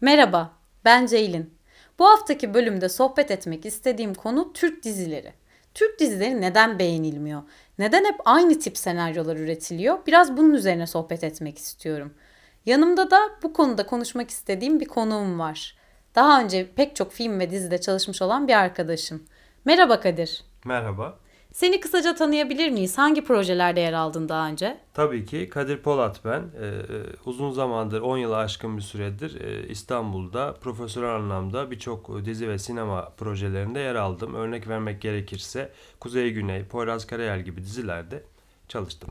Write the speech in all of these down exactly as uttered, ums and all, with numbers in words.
Merhaba, ben Ceylin. Bu haftaki bölümde sohbet etmek istediğim konu Türk dizileri. Türk dizileri neden beğenilmiyor? Neden hep aynı tip senaryolar üretiliyor? Biraz bunun üzerine sohbet etmek istiyorum. Yanımda da bu konuda konuşmak istediğim bir konuğum var. Daha önce pek çok film ve dizide çalışmış olan bir arkadaşım. Merhaba Kadir. Merhaba. Seni kısaca tanıyabilir miyiz? Hangi projelerde yer aldın daha önce? Tabii ki Kadir Polat ben. Ee, e, uzun zamandır, on yılı aşkın bir süredir e, İstanbul'da profesyonel anlamda birçok dizi ve sinema projelerinde yer aldım. Örnek vermek gerekirse Kuzey Güney, Poyraz Karayel gibi dizilerde çalıştım.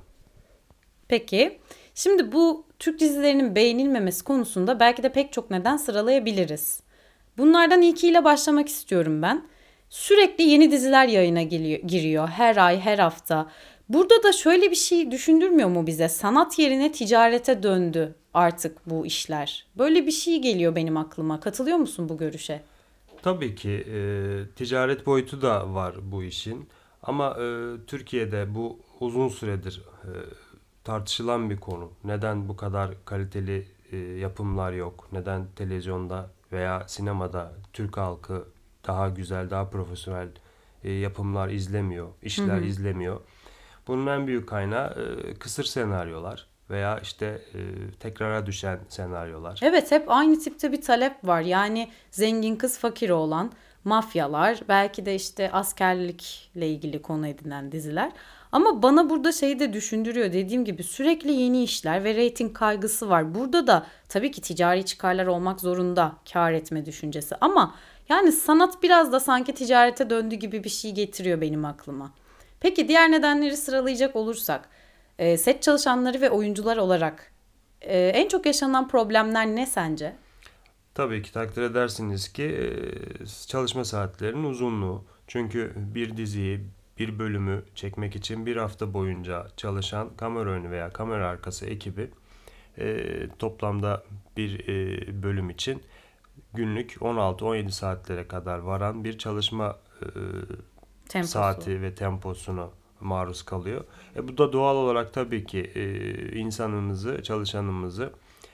Peki, şimdi bu Türk dizilerinin beğenilmemesi konusunda belki de pek çok neden sıralayabiliriz. Bunlardan ilkiyle başlamak istiyorum ben. Sürekli yeni diziler yayına geliyor, giriyor her ay, her hafta. Burada da şöyle bir şey düşündürmüyor mu bize? Sanat yerine ticarete döndü artık bu işler. Böyle bir şey geliyor benim aklıma. Katılıyor musun bu görüşe? Tabii ki e, ticaret boyutu da var bu işin. Ama e, Türkiye'de bu uzun süredir e, tartışılan bir konu. Neden bu kadar kaliteli e, yapımlar yok? Neden televizyonda veya sinemada Türk halkı daha güzel, daha profesyonel e, yapımlar izlemiyor, Hı işler hı. izlemiyor? Bunun en büyük kaynağı e, kısır senaryolar veya işte e, tekrara düşen senaryolar. Evet, hep aynı tipte bir talep var. Yani zengin kız fakir oğlan, mafyalar, belki de işte askerlikle ilgili konu edinen diziler. Ama bana burada şeyi de düşündürüyor. Dediğim gibi sürekli yeni işler ve reyting kaygısı var. Burada da tabii ki ticari çıkarlar olmak zorunda, kâr etme düşüncesi. Ama yani sanat biraz da sanki ticarete döndü gibi bir şey getiriyor benim aklıma. Peki diğer nedenleri sıralayacak olursak, e, set çalışanları ve oyuncular olarak ee, en çok yaşanan problemler ne sence? Tabii ki takdir edersiniz ki e, çalışma saatlerinin uzunluğu. Çünkü bir diziyi, bir bölümü çekmek için bir hafta boyunca çalışan kamera önü veya kamera arkası ekibi e, toplamda bir e, bölüm için günlük on altı on yedi saatlere kadar varan bir çalışma e, Temposu. saati ve temposuna maruz kalıyor. E, bu da doğal olarak tabii ki e, insanımızı, çalışanımızı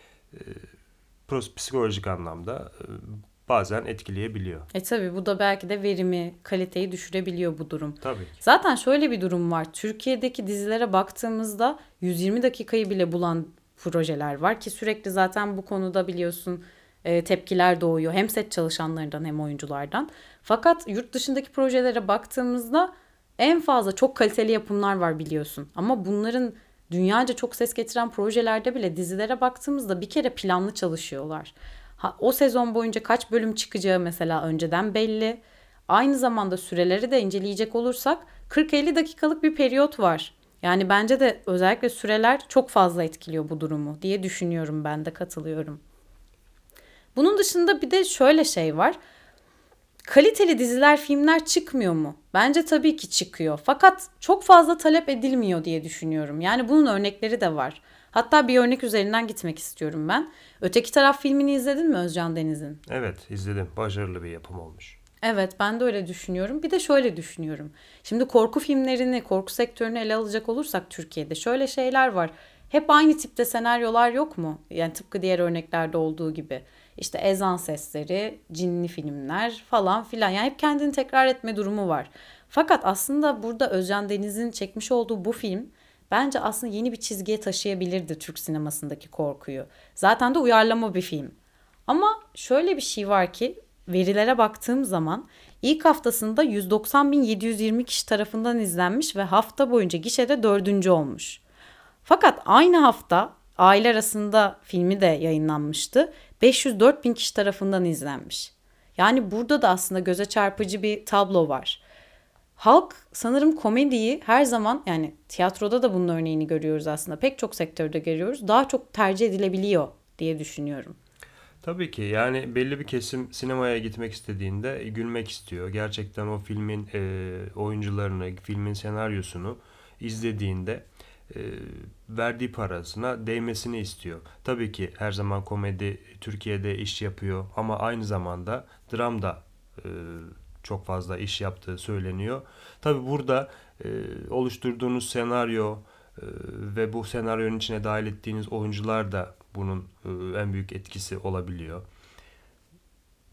psikolojik anlamda e, bazen etkileyebiliyor. E tabii bu da belki de verimi, kaliteyi düşürebiliyor bu durum. Tabii ki. Zaten şöyle bir durum var. Türkiye'deki dizilere baktığımızda yüz yirmi dakikayı bile bulan projeler var ki sürekli zaten bu konuda biliyorsun e, tepkiler doğuyor. Hem set çalışanlarından hem oyunculardan. Fakat yurt dışındaki projelere baktığımızda en fazla çok kaliteli yapımlar var biliyorsun. Ama bunların dünyaca çok ses getiren projelerde bile dizilere baktığımızda bir kere planlı çalışıyorlar. Ha, o sezon boyunca kaç bölüm çıkacağı mesela önceden belli. Aynı zamanda süreleri de inceleyecek olursak kırk elli dakikalık bir periyot var. Yani bence de özellikle süreler çok fazla etkiliyor bu durumu diye düşünüyorum, ben de katılıyorum. Bunun dışında bir de şöyle şey var. Kaliteli diziler, filmler çıkmıyor mu? Bence tabii ki çıkıyor. Fakat çok fazla talep edilmiyor diye düşünüyorum. Yani bunun örnekleri de var. Hatta bir örnek üzerinden gitmek istiyorum ben. Öteki Taraf filmini izledin mi, Özcan Deniz'in? Evet, izledim. Başarılı bir yapım olmuş. Evet, ben de öyle düşünüyorum. Bir de şöyle düşünüyorum. Şimdi korku filmlerini, korku sektörünü ele alacak olursak Türkiye'de şöyle şeyler var. Hep aynı tipte senaryolar yok mu? Yani tıpkı diğer örneklerde olduğu gibi. İşte ezan sesleri, cinli filmler falan filan. Yani hep kendini tekrar etme durumu var. Fakat aslında burada Özcan Deniz'in çekmiş olduğu bu film bence aslında yeni bir çizgiye taşıyabilirdi Türk sinemasındaki korkuyu. Zaten de uyarlama bir film. Ama şöyle bir şey var ki verilere baktığım zaman ilk haftasında yüz doksan bin yedi yüz yirmi kişi tarafından izlenmiş ve hafta boyunca gişede dördüncü olmuş. Fakat aynı hafta aile arasında filmi de yayınlanmıştı. beş yüz dört bin kişi tarafından izlenmiş. Yani burada da aslında göze çarpıcı bir tablo var. Halk sanırım komediyi her zaman, yani tiyatroda da bunun örneğini görüyoruz aslında. Pek çok sektörde görüyoruz. Daha çok tercih edilebiliyor diye düşünüyorum. Tabii ki yani belli bir kesim sinemaya gitmek istediğinde gülmek istiyor. Gerçekten o filmin e, oyuncularını, filmin senaryosunu izlediğinde e, verdiği parasına değmesini istiyor. Tabii ki her zaman komedi Türkiye'de iş yapıyor ama aynı zamanda dram da e, çok fazla iş yaptığı söyleniyor. Tabii burada e, oluşturduğunuz senaryo e, ve bu senaryonun içine dahil ettiğiniz oyuncular da bunun e, en büyük etkisi olabiliyor.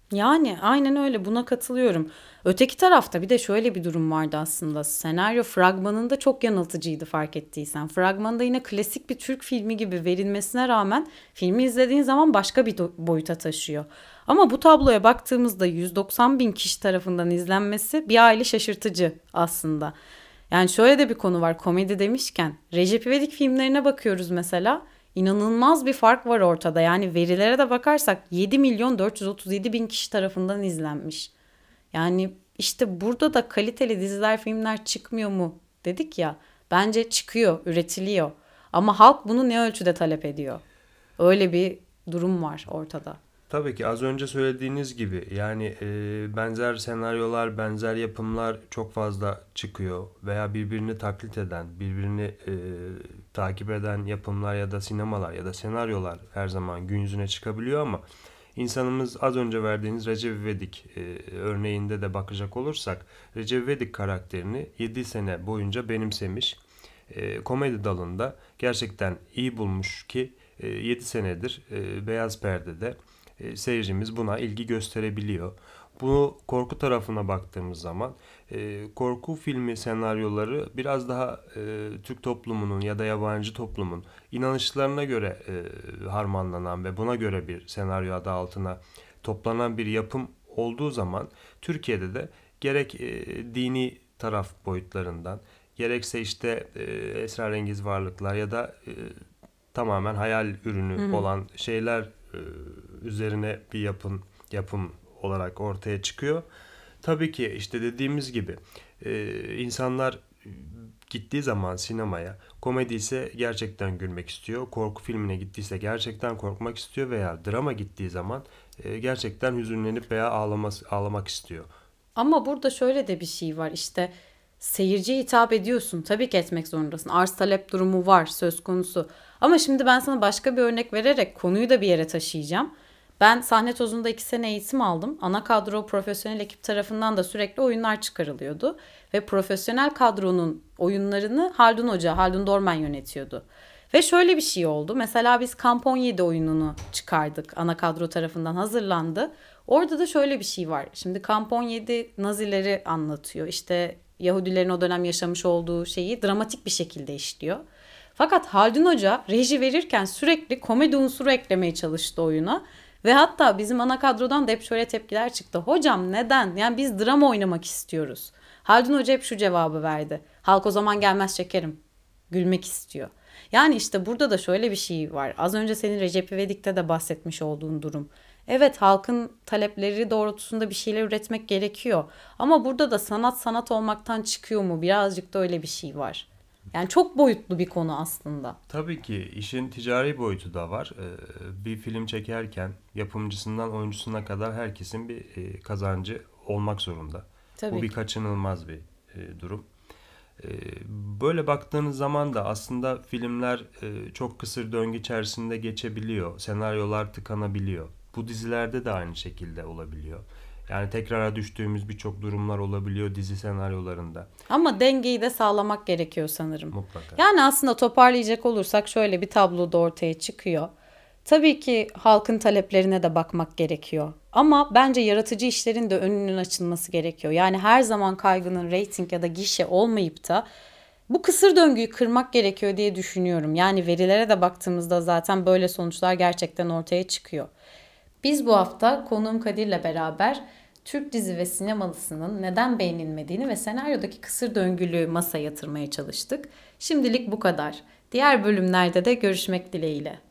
Yani aynen öyle, buna katılıyorum. Öteki tarafta bir de şöyle bir durum vardı aslında. Senaryo fragmanında çok yanıltıcıydı fark ettiysen. Fragmanda yine klasik bir Türk filmi gibi verilmesine rağmen filmi izlediğin zaman başka bir do- boyuta taşıyor. Ama bu tabloya baktığımızda yüz doksan bin kişi tarafından izlenmesi bir aile şaşırtıcı aslında. Yani şöyle de bir konu var komedi demişken. Recep İvedik filmlerine bakıyoruz mesela. İnanılmaz bir fark var ortada. Yani verilere de bakarsak yedi milyon dört yüz otuz yedi bin kişi tarafından izlenmiş. Yani işte burada da kaliteli diziler, filmler çıkmıyor mu dedik ya. Bence çıkıyor, üretiliyor. Ama halk bunu ne ölçüde talep ediyor? Öyle bir durum var ortada. Tabii ki az önce söylediğiniz gibi yani e, benzer senaryolar, benzer yapımlar çok fazla çıkıyor veya birbirini taklit eden, birbirini e, takip eden yapımlar ya da sinemalar ya da senaryolar her zaman gün yüzüne çıkabiliyor ama insanımız az önce verdiğiniz Recep İvedik e, örneğinde de bakacak olursak Recep İvedik karakterini yedi sene boyunca benimsemiş. E, komedi dalında gerçekten iyi bulmuş ki e, yedi senedir e, beyaz perdede e, seyircimiz buna ilgi gösterebiliyor. Bu korku tarafına baktığımız zaman e, korku filmi senaryoları biraz daha e, Türk toplumunun ya da yabancı toplumun inanışlarına göre e, harmanlanan ve buna göre bir senaryo adı altına toplanan bir yapım olduğu zaman Türkiye'de de gerek e, dini taraf boyutlarından gerekse işte e, esrarengiz varlıklar ya da e, tamamen hayal ürünü Hı hı. olan şeyler e, üzerine bir yapım yapım olarak ortaya çıkıyor. Tabii ki işte dediğimiz gibi e, insanlar gittiği zaman sinemaya komedi ise gerçekten gülmek istiyor. Korku filmine gittiyse gerçekten korkmak istiyor veya drama gittiği zaman e, gerçekten hüzünlenip veya ağlaması, ağlamak istiyor. Ama burada şöyle de bir şey var işte, seyirciye hitap ediyorsun. Tabii ki etmek zorundasın. Arz talep durumu var söz konusu. Ama şimdi ben sana başka bir örnek vererek konuyu da bir yere taşıyacağım. Ben sahne tozunda iki sene eğitim aldım. Ana kadro profesyonel ekip tarafından da sürekli oyunlar çıkarılıyordu. Ve profesyonel kadronun oyunlarını Haldun Hoca, Haldun Dorman yönetiyordu. Ve şöyle bir şey oldu. Mesela biz Kamp on yedi oyununu çıkardık. Ana kadro tarafından hazırlandı. Orada da şöyle bir şey var. Şimdi Kamp on yedi Nazileri anlatıyor. İşte Yahudilerin o dönem yaşamış olduğu şeyi dramatik bir şekilde işliyor. Fakat Haldun Hoca reji verirken sürekli komedi unsuru eklemeye çalıştı oyuna. Ve hatta bizim ana kadrodan da hep şöyle tepkiler çıktı. Hocam neden? Yani biz drama oynamak istiyoruz. Haldun Hoca hep şu cevabı verdi. Halk o zaman gelmez şekerim. Gülmek istiyor. Yani işte burada da şöyle bir şey var. Az önce senin Recep İvedik'te de bahsetmiş olduğun durum. Evet, halkın talepleri doğrultusunda bir şeyler üretmek gerekiyor. Ama burada da sanat sanat olmaktan çıkıyor mu? Birazcık da öyle bir şey var. Yani çok boyutlu bir konu aslında. Tabii ki işin ticari boyutu da var. Ee, Bir film çekerken yapımcısından oyuncusuna kadar herkesin bir e, kazancı olmak zorunda. Bu Tabii bir ki. kaçınılmaz bir e, durum. Ee, Böyle baktığınız zaman da aslında filmler e, çok kısır döngü içerisinde geçebiliyor. Senaryolar tıkanabiliyor. Bu dizilerde de aynı şekilde olabiliyor. Yani tekrara düştüğümüz birçok durumlar olabiliyor dizi senaryolarında. Ama dengeyi de sağlamak gerekiyor sanırım. Mutlaka. Yani aslında toparlayacak olursak şöyle bir tablo da ortaya çıkıyor. Tabii ki halkın taleplerine de bakmak gerekiyor. Ama bence yaratıcı işlerin de önünün açılması gerekiyor. Yani her zaman kaygının reyting ya da gişe olmayıp da bu kısır döngüyü kırmak gerekiyor diye düşünüyorum. Yani verilere de baktığımızda zaten böyle sonuçlar gerçekten ortaya çıkıyor. Biz bu hafta konuğum Kadir'le beraber Türk dizi ve sinemalısının neden beğenilmediğini ve senaryodaki kısır döngülüğü masaya yatırmaya çalıştık. Şimdilik bu kadar. Diğer bölümlerde de görüşmek dileğiyle.